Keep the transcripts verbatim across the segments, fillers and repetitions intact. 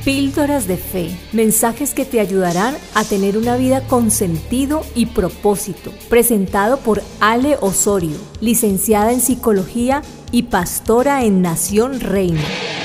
Píldoras de Fe, mensajes que te ayudarán a tener una vida con sentido y propósito. Presentado por Ale Osorio, licenciada en Psicología y pastora en Nación Reina.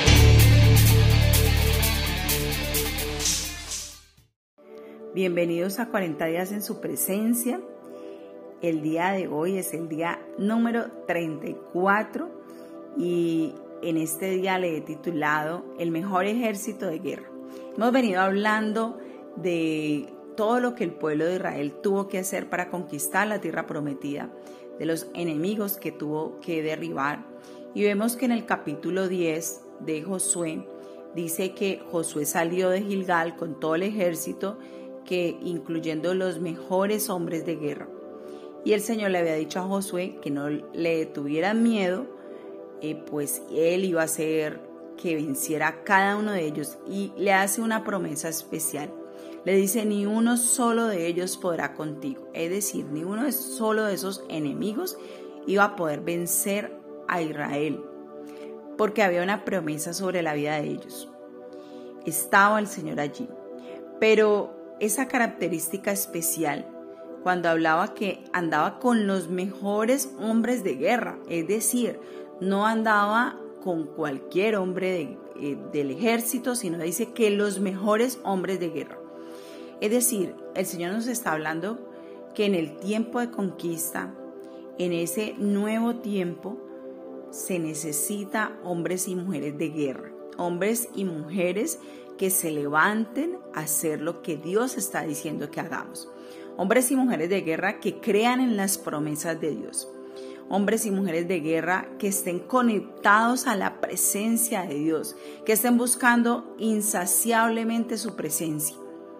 Bienvenidos a cuarenta días en su presencia. El día de hoy es el día número treinta y cuatro y en este día le he titulado El mejor ejército de guerra. Hemos venido hablando de todo lo que el pueblo de Israel tuvo que hacer para conquistar la tierra prometida, de los enemigos que tuvo que derribar. Y vemos que en el capítulo diez de Josué dice que Josué salió de Gilgal con todo el ejército, que incluyendo los mejores hombres de guerra. Y el Señor le había dicho a Josué que no le tuvieran miedo, Eh, pues él iba a hacer que venciera a cada uno de ellos, y le hace una promesa especial. Le dice: ni uno solo de ellos podrá contigo, es decir, ni uno solo de esos enemigos iba a poder vencer a Israel, porque había una promesa sobre la vida de ellos. Estaba el Señor allí, pero esa característica especial, cuando hablaba que andaba con los mejores hombres de guerra, es decir, no andaba con cualquier hombre de, eh, del ejército, sino dice que los mejores hombres de guerra. Es decir, el Señor nos está hablando que en el tiempo de conquista, en ese nuevo tiempo, se necesita hombres y mujeres de guerra, hombres y mujeres que se levanten a hacer lo que Dios está diciendo que hagamos. Hombres y mujeres de guerra que crean en las promesas de Dios. Hombres y mujeres de guerra que estén conectados a la presencia de Dios, que estén buscando insaciablemente su presencia.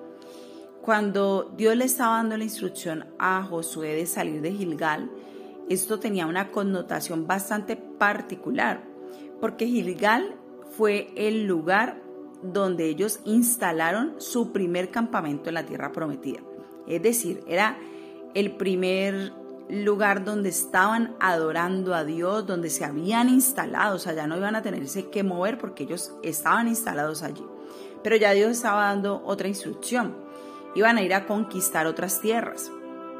Cuando Dios le estaba dando la instrucción a Josué de salir de Gilgal, esto tenía una connotación bastante particular, porque Gilgal fue el lugar donde ellos instalaron su primer campamento en la tierra prometida. Es decir, era el primer lugar donde estaban adorando a Dios, donde se habían instalado, o sea, ya no iban a tenerse que mover porque ellos estaban instalados allí. Pero ya Dios estaba dando otra instrucción, iban a ir a conquistar otras tierras.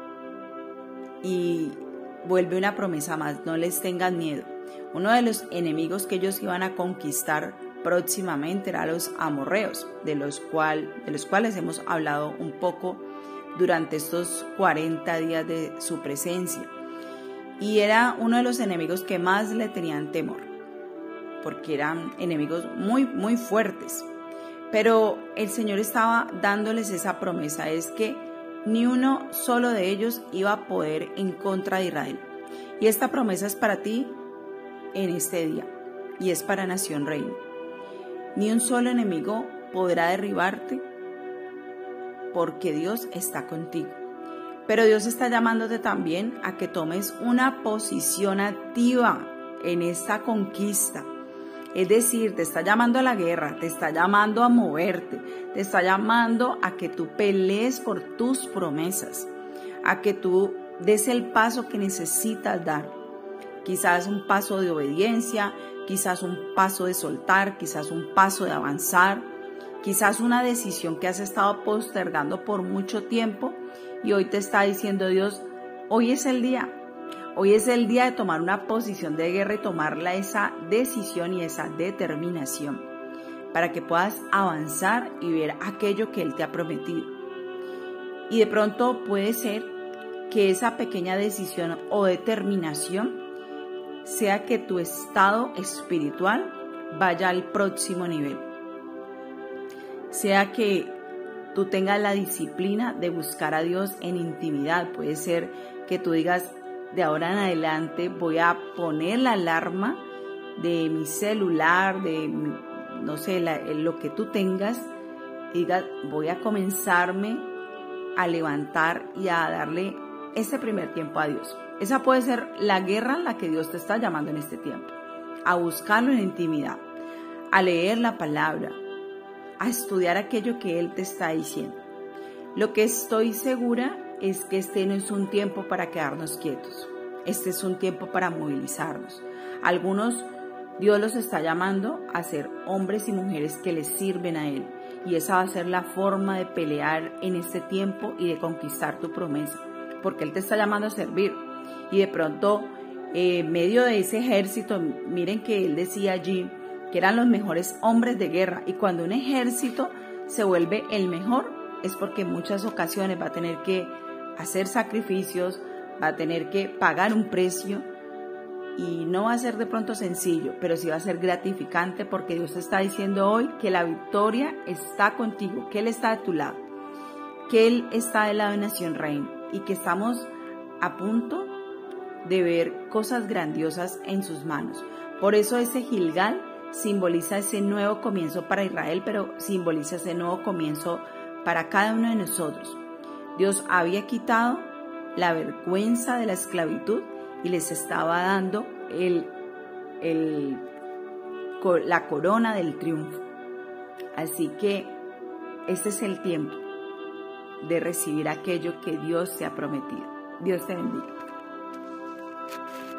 Y vuelve una promesa más: no les tengan miedo. Uno de los enemigos que ellos iban a conquistar próximamente eran los amorreos, de los, cual, de los cuales hemos hablado un poco durante estos cuarenta días de su presencia. Y era uno de los enemigos que más le tenían temor, porque eran enemigos muy, muy fuertes. Pero el Señor estaba dándoles esa promesa, es que ni uno solo de ellos iba a poder en contra de Israel. Y esta promesa es para ti en este día, y es para Nación Reina. Ni un solo enemigo podrá derribarte, porque Dios está contigo. Pero Dios está llamándote también a que tomes una posición activa en esta conquista. Es decir, te está llamando a la guerra, te está llamando a moverte, te está llamando a que tú pelees por tus promesas, a que tú des el paso que necesitas dar. Quizás un paso de obediencia, quizás un paso de soltar, quizás un paso de avanzar. Quizás una decisión que has estado postergando por mucho tiempo y hoy te está diciendo Dios: hoy es el día, hoy es el día de tomar una posición de guerra y tomarla esa decisión y esa determinación para que puedas avanzar y ver aquello que Él te ha prometido. Y de pronto puede ser que esa pequeña decisión o determinación sea que tu estado espiritual vaya al próximo nivel. Sea que tú tengas la disciplina de buscar a Dios en intimidad. Puede ser que tú digas: de ahora en adelante voy a poner la alarma de mi celular, de mi, no sé, la, lo que tú tengas, y digas: voy a comenzarme a levantar y a darle ese primer tiempo a Dios. Esa puede ser la guerra en la que Dios te está llamando en este tiempo, a buscarlo en intimidad, a leer la palabra, a estudiar aquello que Él te está diciendo. Lo que estoy segura es que este no es un tiempo para quedarnos quietos. Este es un tiempo para movilizarnos. Algunos Dios los está llamando a ser hombres y mujeres que les sirven a Él. Y esa va a ser la forma de pelear en este tiempo y de conquistar tu promesa. Porque Él te está llamando a servir. Y de pronto, en eh, medio de ese ejército, miren que Él decía allí que eran los mejores hombres de guerra. Y cuando un ejército se vuelve el mejor, es porque en muchas ocasiones va a tener que hacer sacrificios, va a tener que pagar un precio. Y no va a ser de pronto sencillo, pero sí va a ser gratificante, porque Dios te está diciendo hoy que la victoria está contigo, que Él está de tu lado, que Él está del lado de Nación Reino y que estamos a punto de ver cosas grandiosas en sus manos. Por eso ese Gilgal simboliza ese nuevo comienzo para Israel, pero simboliza ese nuevo comienzo para cada uno de nosotros. Dios había quitado la vergüenza de la esclavitud y les estaba dando el, el, la corona del triunfo. Así que este es el tiempo de recibir aquello que Dios te ha prometido. Dios te bendiga.